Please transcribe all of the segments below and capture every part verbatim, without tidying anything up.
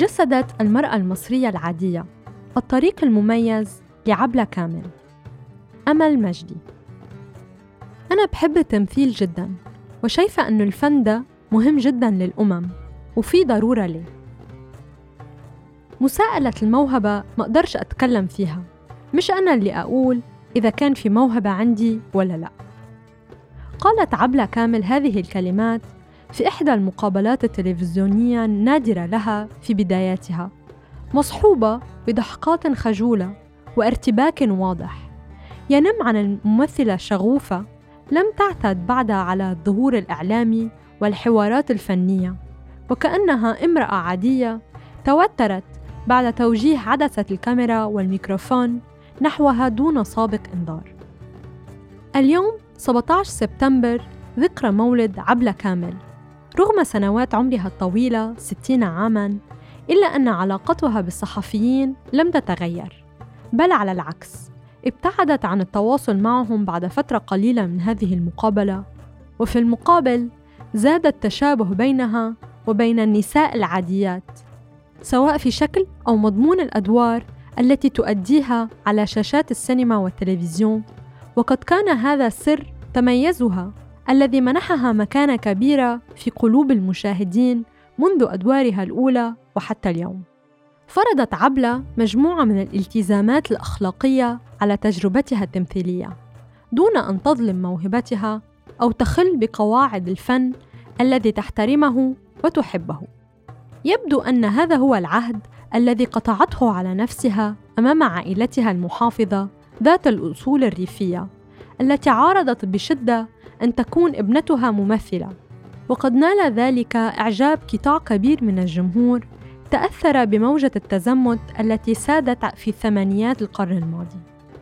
جسدت المرأة المصرية العادية الطريق المميز لعبلة كامل. أمل مجدي. أنا بحب التمثيل جداً، وشايفة أنه الفن ده مهم جداً للأمم وفي ضرورة ليه. مساءلة الموهبة ما أقدرش أتكلم فيها، مش أنا اللي أقول إذا كان في موهبة عندي ولا لا. قالت عبلة كامل هذه الكلمات في إحدى المقابلات التلفزيونية النادرة لها في بداياتها، مصحوبة بضحكات خجولة وارتباك واضح ينم عن الممثلة الشغوفة لم تعتد بعدها على الظهور الإعلامي والحوارات الفنية، وكأنها امرأة عادية توترت بعد توجيه عدسة الكاميرا والميكروفون نحوها دون سابق إنذار. اليوم سبعة عشر سبتمبر ذكرى مولد عبلة كامل. رغم سنوات عمرها الطويلة ستين عاماً، إلا أن علاقتها بالصحفيين لم تتغير، بل على العكس ابتعدت عن التواصل معهم بعد فترة قليلة من هذه المقابلة، وفي المقابل زاد التشابه بينها وبين النساء العاديات، سواء في شكل أو مضمون الأدوار التي تؤديها على شاشات السينما والتلفزيون. وقد كان هذا سر تميزها الذي منحها مكانة كبيرة في قلوب المشاهدين منذ أدوارها الأولى وحتى اليوم. فرضت عبلة مجموعة من الالتزامات الأخلاقية على تجربتها التمثيلية دون أن تظلم موهبتها أو تخل بقواعد الفن الذي تحترمه وتحبه. يبدو أن هذا هو العهد الذي قطعته على نفسها أمام عائلتها المحافظة ذات الأصول الريفية التي عارضت بشدة أن تكون ابنتها ممثلة. وقد نال ذلك إعجاب قطاع كبير من الجمهور تأثر بموجة التزمت التي سادت في الثمانينات القرن الماضي،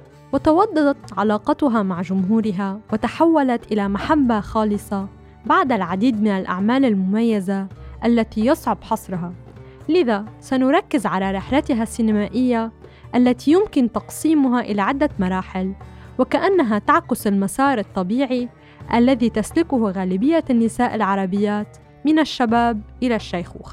وتوضدت علاقتها مع جمهورها وتحولت إلى محبة خالصة بعد العديد من الأعمال المميزة التي يصعب حصرها. لذا سنركز على رحلتها السينمائية التي يمكن تقسيمها إلى عدة مراحل، وكأنها تعكس المسار الطبيعي الذي تسلكه غالبية النساء العربيات من الشباب إلى الشيخوخة.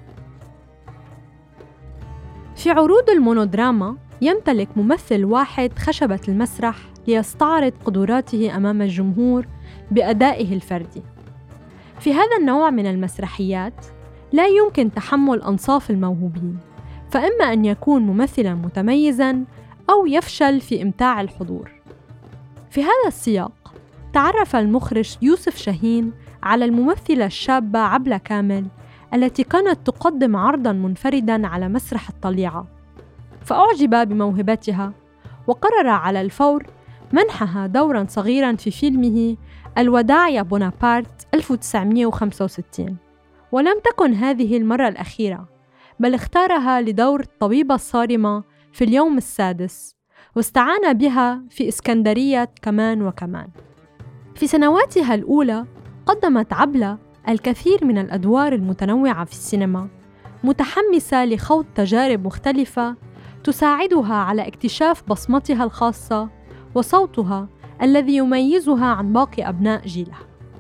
في عروض المونودراما يمتلك ممثل واحد خشبة المسرح ليستعرض قدراته أمام الجمهور بأدائه الفردي. في هذا النوع من المسرحيات لا يمكن تحمل أنصاف الموهوبين، فإما أن يكون ممثلاً متميزاً أو يفشل في إمتاع الحضور. في هذا السياق تعرف المخرج يوسف شاهين على الممثلة الشابة عبلة كامل التي كانت تقدم عرضاً منفرداً على مسرح الطليعة، فأعجب بموهبتها وقرر على الفور منحها دوراً صغيراً في فيلمه الوداع يا بونابرت ألف وتسعمائة وخمسة وستين. ولم تكن هذه المرة الأخيرة، بل اختارها لدور الطبيبة الصارمة في اليوم السادس، واستعان بها في إسكندرية كمان وكمان. في سنواتها الأولى قدمت عبلة الكثير من الأدوار المتنوعة في السينما، متحمسة لخوض تجارب مختلفة تساعدها على اكتشاف بصمتها الخاصة وصوتها الذي يميزها عن باقي أبناء جيلها.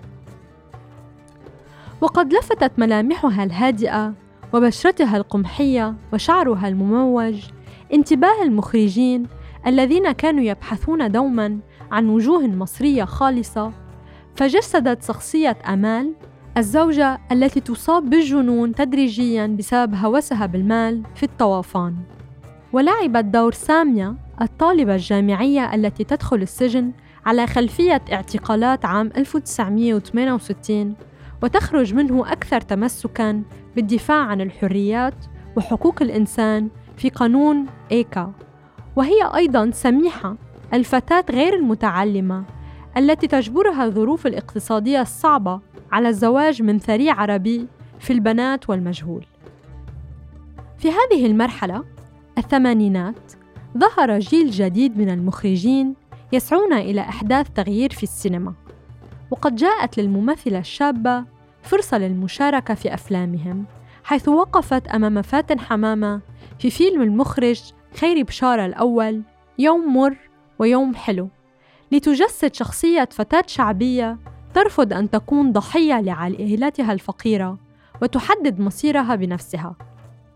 وقد لفتت ملامحها الهادئة وبشرتها القمحية وشعرها المموج انتباه المخرجين الذين كانوا يبحثون دوماً عن وجوه مصرية خالصة، فجسدت شخصية أمال الزوجة التي تصاب بالجنون تدريجياً بسبب هوسها بالمال في الطوفان. ولعبت دور سامية الطالبة الجامعية التي تدخل السجن على خلفية اعتقالات عام ألف وتسعمائة وثمانية وستين وتخرج منه أكثر تمسكاً بالدفاع عن الحريات وحقوق الإنسان في قانون إيكا. وهي أيضاً سميحة الفتاة غير المتعلمة التي تجبرها الظروف الاقتصادية الصعبة على الزواج من ثري عربي في البنات والمجهول. في هذه المرحلة الثمانينات ظهر جيل جديد من المخرجين يسعون إلى إحداث تغيير في السينما، وقد جاءت للممثلة الشابة فرصة للمشاركة في أفلامهم، حيث وقفت أمام فاتن حمامة في فيلم المخرج خيري بشارة الأول يوم مر ويوم حلو، لتجسد شخصية فتاة شعبية ترفض أن تكون ضحية لعائلتها الفقيرة وتحدد مصيرها بنفسها.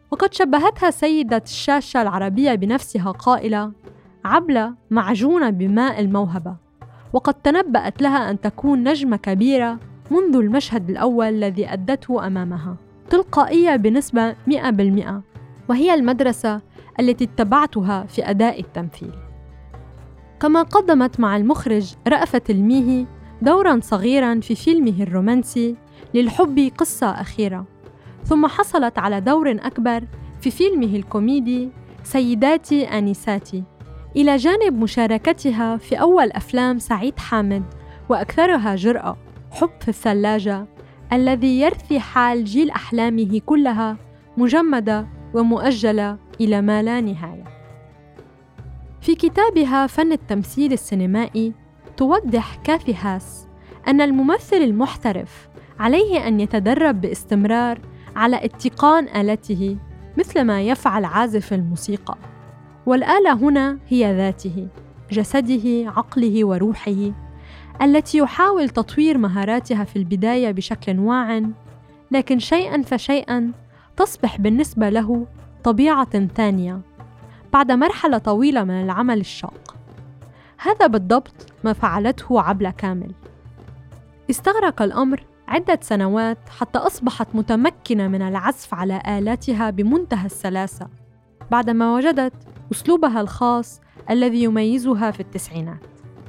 وقد شبهتها سيدة الشاشة العربية بنفسها قائلة: عبلة معجونة بماء الموهبة، وقد تنبأت لها أن تكون نجمة كبيرة منذ المشهد الأول الذي أدته أمامها. تلقائية بنسبة مئة بالمئة، وهي المدرسة التي اتبعتها في أداء التمثيل. كما قدمت مع المخرج رأفت الميهي دوراً صغيراً في فيلمه الرومانسي للحب قصة أخيرة، ثم حصلت على دور أكبر في فيلمه الكوميدي سيداتي آنساتي، إلى جانب مشاركتها في أول أفلام سعيد حامد وأكثرها جرأة حب في الثلاجة، الذي يرثي حال جيل أحلامه كلها مجمدة ومؤجلة إلى ما لا نهاية. في كتابها فن التمثيل السينمائي توضح كاثي هاس أن الممثل المحترف عليه أن يتدرب باستمرار على اتقان آلته مثل ما يفعل عازف الموسيقى، والآلة هنا هي ذاته، جسده، عقله وروحه، التي يحاول تطوير مهاراتها في البداية بشكل واع، لكن شيئاً فشيئاً تصبح بالنسبة له طبيعة ثانية بعد مرحلة طويلة من العمل الشاق. هذا بالضبط ما فعلته عبلة كامل. استغرق الأمر عدة سنوات حتى أصبحت متمكنة من العزف على آلاتها بمنتهى السلاسة، بعدما وجدت أسلوبها الخاص الذي يميزها في التسعينات.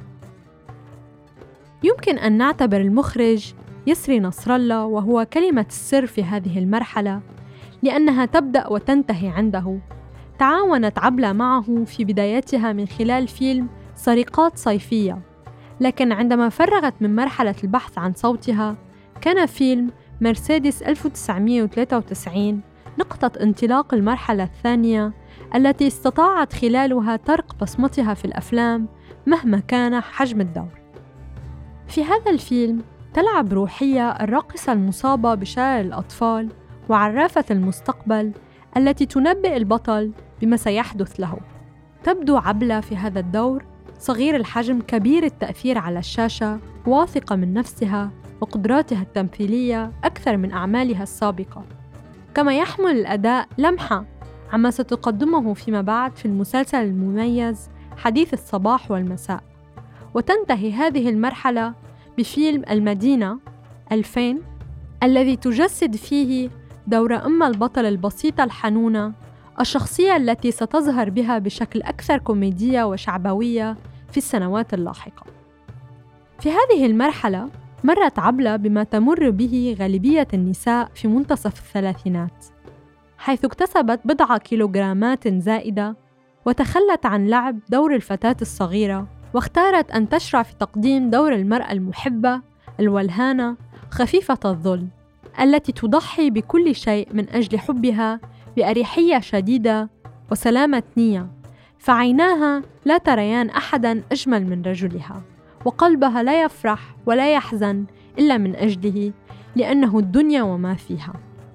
يمكن أن نعتبر المخرج يسري نصر الله وهو كلمة السر في هذه المرحلة، لأنها تبدأ وتنتهي عنده. تعاونت عبلة معه في بدايتها من خلال فيلم سرقات صيفية، لكن عندما فرغت من مرحلة البحث عن صوتها كان فيلم مرسيدس ألف وتسعمائة وثلاثة وتسعين نقطة انطلاق المرحلة الثانية التي استطاعت خلالها ترك بصمتها في الأفلام مهما كان حجم الدور. في هذا الفيلم تلعب روحية الراقصة المصابة بشلل الأطفال وعرافة المستقبل التي تنبئ البطل بما سيحدث له. تبدو عبلة في هذا الدور صغير الحجم كبير التأثير على الشاشة، واثقة من نفسها وقدراتها التمثيلية أكثر من أعمالها السابقة. كما يحمل الأداء لمحة عما ستقدمه فيما بعد في المسلسل المميز حديث الصباح والمساء. وتنتهي هذه المرحلة بفيلم المدينة ألفين الذي تجسد فيه دور أم البطل البسيطة الحنونة، الشخصية التي ستظهر بها بشكل أكثر كوميدية وشعبوية في السنوات اللاحقة. في هذه المرحلة مرت عبلة بما تمر به غالبية النساء في منتصف الثلاثينات، حيث اكتسبت بضع كيلوغرامات زائدة وتخلت عن لعب دور الفتاة الصغيرة، واختارت أن تشرع في تقديم دور المرأة المحبة الولهانة خفيفة الظل التي تضحي بكل شيء من أجل حبها بأريحية شديدة وسلامة نية، فعيناها لا تريان أحداً أجمل من رجلها، وقلبها لا يفرح ولا يحزن إلا من أجله، لأنه الدنيا وما فيها.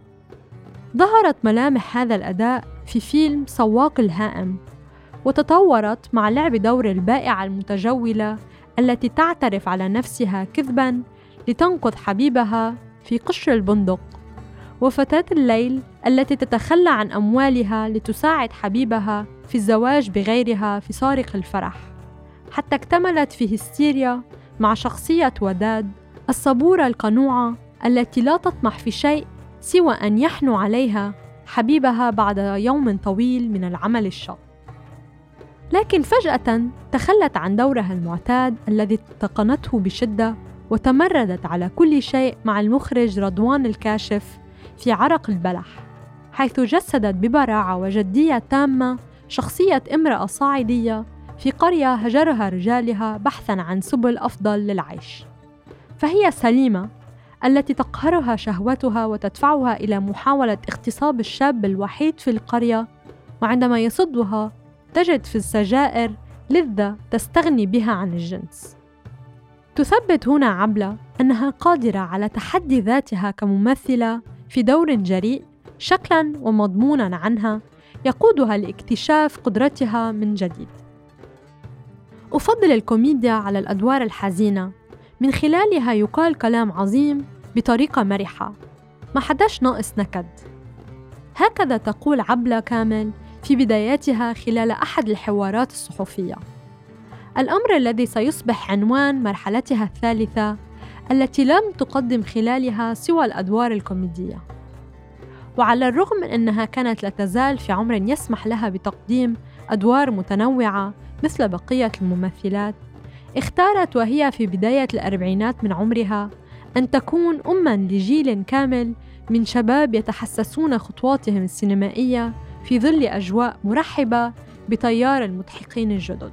ظهرت ملامح هذا الأداء في فيلم سواق الهائم، وتطورت مع لعب دور البائعة المتجولة التي تعترف على نفسها كذباً لتنقذ حبيبها في قشر البندق، وفتاة الليل التي تتخلى عن أموالها لتساعد حبيبها في الزواج بغيرها في سارق الفرح، حتى اكتملت في هستيريا مع شخصية وداد الصبورة القنوعة التي لا تطمح في شيء سوى أن يحنو عليها حبيبها بعد يوم طويل من العمل الشاق. لكن فجأة تخلت عن دورها المعتاد الذي اتقنته بشدة، وتمردت على كل شيء مع المخرج رضوان الكاشف في عرق البلح، حيث جسدت ببراعة وجدية تامة شخصية امرأة صعيدية في قرية هجرها رجالها بحثاً عن سبل أفضل للعيش. فهي سليمة التي تقهرها شهوتها وتدفعها إلى محاولة اغتصاب الشاب الوحيد في القرية، وعندما يصدها تجد في السجائر لذة تستغني بها عن الجنس. تثبت هنا عبلة أنها قادرة على تحدي ذاتها كممثلة في دور جريء شكلاً ومضموناً عنها يقودها لاكتشاف قدرتها من جديد. أفضل الكوميديا على الأدوار الحزينة، من خلالها يقال كلام عظيم بطريقة مرحة، ما حداش ناقص نكد. هكذا تقول عبلة كامل في بداياتها خلال أحد الحوارات الصحفية. الأمر الذي سيصبح عنوان مرحلتها الثالثة التي لم تقدم خلالها سوى الأدوار الكوميدية. وعلى الرغم من أنها كانت لا تزال في عمر يسمح لها بتقديم أدوار متنوعة مثل بقية الممثلات، اختارت وهي في بداية الأربعينات من عمرها أن تكون أماً لجيل كامل من شباب يتحسسون خطواتهم السينمائية في ظل أجواء مرحبة بتيار المضحكين الجدد.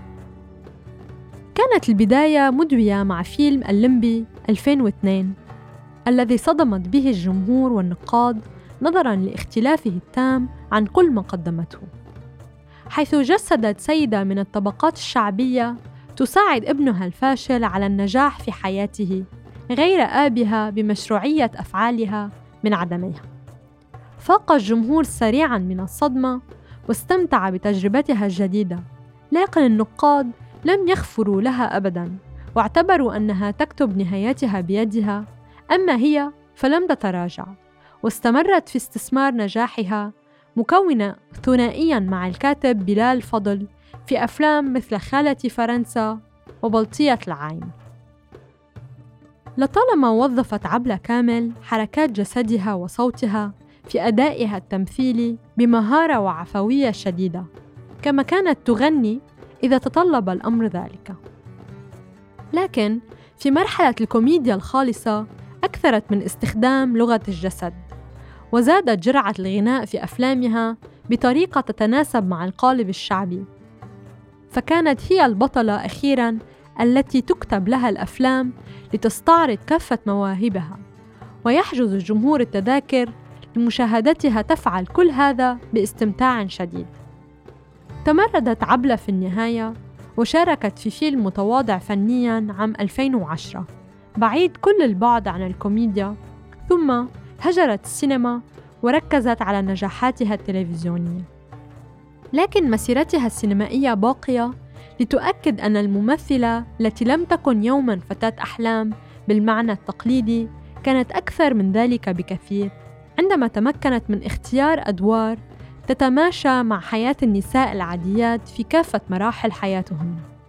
كانت البداية مدوية مع فيلم الليمبي ألفين واثنين الذي صدمت به الجمهور والنقاد نظراً لاختلافه التام عن كل ما قدمته، حيث جسدت سيدة من الطبقات الشعبية تساعد ابنها الفاشل على النجاح في حياته غير آبها بمشروعية أفعالها من عدمها. فاق الجمهور سريعاً من الصدمة واستمتع بتجربتها الجديدة، لكن النقاد لم يغفروا لها أبداً واعتبروا أنها تكتب نهايتها بيدها، أما هي فلم تتراجع واستمرت في استثمار نجاحها، مكونة ثنائياً مع الكاتب بلال فضل في أفلام مثل خالتي فرنسا وبلطية العايم. لطالما وظفت عبلة كامل حركات جسدها وصوتها في أدائها التمثيلي بمهارة وعفوية شديدة، كما كانت تغني إذا تطلب الأمر ذلك. لكن في مرحلة الكوميديا الخالصة أكثرت من استخدام لغة الجسد، وزادت جرعة الغناء في أفلامها بطريقة تتناسب مع القالب الشعبي، فكانت هي البطلة أخيراً التي تكتب لها الأفلام لتستعرض كافة مواهبها، ويحجز الجمهور التذاكر لمشاهدتها تفعل كل هذا باستمتاع شديد. تمردت عبلة في النهاية وشاركت في فيلم متواضع فنياً عام ألفين وعشرة بعيد كل البعد عن الكوميديا، ثم هجرت السينما وركزت على نجاحاتها التلفزيونية. لكن مسيرتها السينمائية باقية لتؤكد أن الممثلة التي لم تكن يوماً فتاة أحلام بالمعنى التقليدي كانت أكثر من ذلك بكثير، عندما تمكنت من اختيار أدوار تتماشى مع حياة النساء العاديات في كافة مراحل حياتهن.